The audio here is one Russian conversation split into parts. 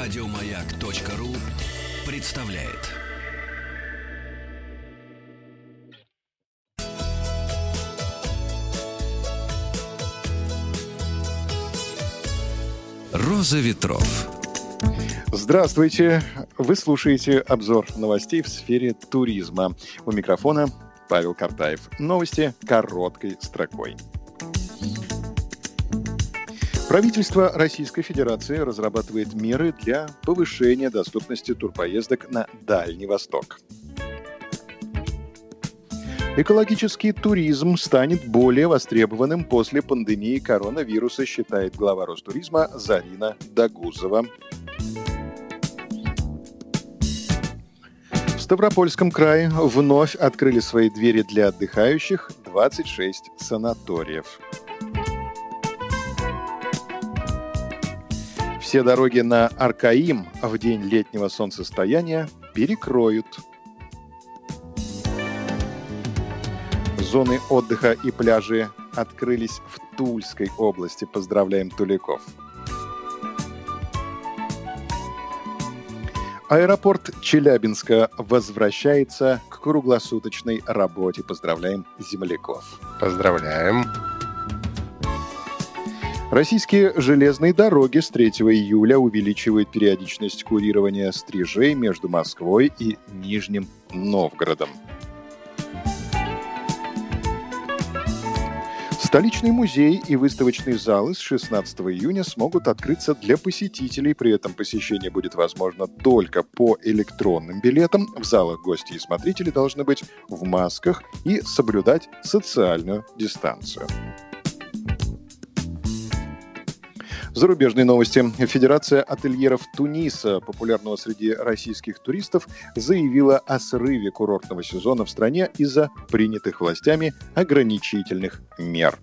Радиомаяк.ру представляет. Роза ветров. Здравствуйте! Вы слушаете обзор новостей в сфере туризма. У микрофона Павел Картаев. Новости короткой строкой. Правительство Российской Федерации разрабатывает меры для повышения доступности турпоездок на Дальний Восток. Экологический туризм станет более востребованным после пандемии коронавируса, считает глава Ростуризма Зарина Дагузова. В Ставропольском крае вновь открыли свои двери для отдыхающих 26 санаториев. Все дороги на Аркаим в день летнего солнцестояния перекроют. Зоны отдыха и пляжи открылись в Тульской области. Поздравляем туляков. Аэропорт Челябинска возвращается к круглосуточной работе. Поздравляем земляков. Поздравляем. Российские железные дороги с 3 июля увеличивают периодичность курирования стрижей между Москвой и Нижним Новгородом. Столичный музей и выставочный залы с 16 июня смогут открыться для посетителей. При этом посещение будет возможно только по электронным билетам. В залах гости и смотрители должны быть в масках и соблюдать социальную дистанцию. Зарубежные новости. Федерация ательеров Туниса, популярного среди российских туристов, заявила о срыве курортного сезона в стране из-за принятых властями ограничительных мер.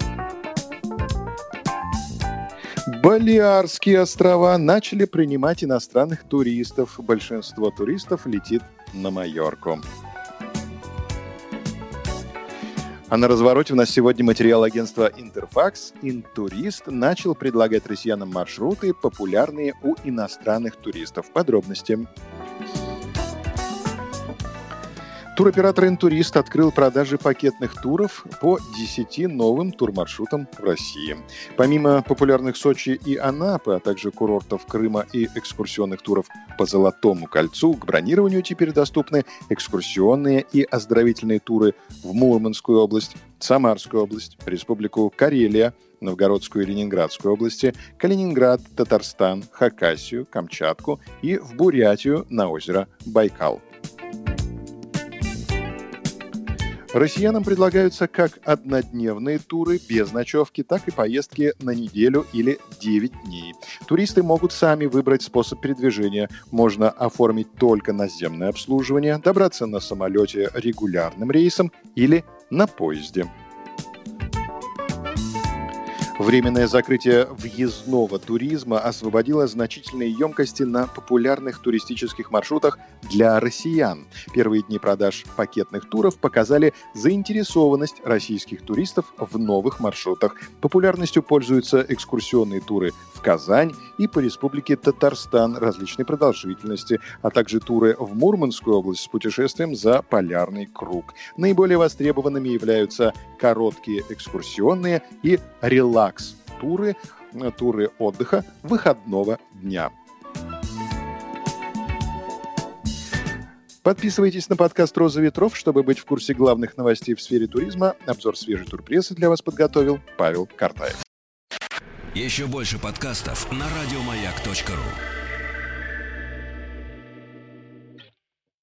Балеарские острова начали принимать иностранных туристов. Большинство туристов летит на Майорку. А на развороте у нас сегодня материал агентства «Интерфакс». Интурист начал предлагать россиянам маршруты, популярные у иностранных туристов. Подробности. Туроператор «Интурист» открыл продажи пакетных туров по 10 новым турмаршрутам в России. Помимо популярных Сочи и Анапы, а также курортов Крыма и экскурсионных туров по Золотому кольцу, к бронированию теперь доступны экскурсионные и оздоровительные туры в Мурманскую область, Самарскую область, Республику Карелия, Новгородскую и Ленинградскую области, Калининград, Татарстан, Хакасию, Камчатку и в Бурятию на озеро Байкал. Россиянам предлагаются как однодневные туры без ночевки, так и поездки на неделю или 9 дней. Туристы могут сами выбрать способ передвижения. Можно оформить только наземное обслуживание, добраться на самолете регулярным рейсом или на поезде. Временное закрытие въездного туризма освободило значительные емкости на популярных туристических маршрутах для россиян. Первые дни продаж пакетных туров показали заинтересованность российских туристов в новых маршрутах. Популярностью пользуются экскурсионные туры в Казань и по республике Татарстан различной продолжительности, а также туры в Мурманскую область с путешествием за полярный круг. Наиболее востребованными являются короткие экскурсионные и релакс-туры, туры отдыха выходного дня. Подписывайтесь на подкаст «Роза ветров», чтобы быть в курсе главных новостей в сфере туризма. Обзор свежей турпрессы для вас подготовил Павел Картаев. Еще больше подкастов на радиомаяк.ру.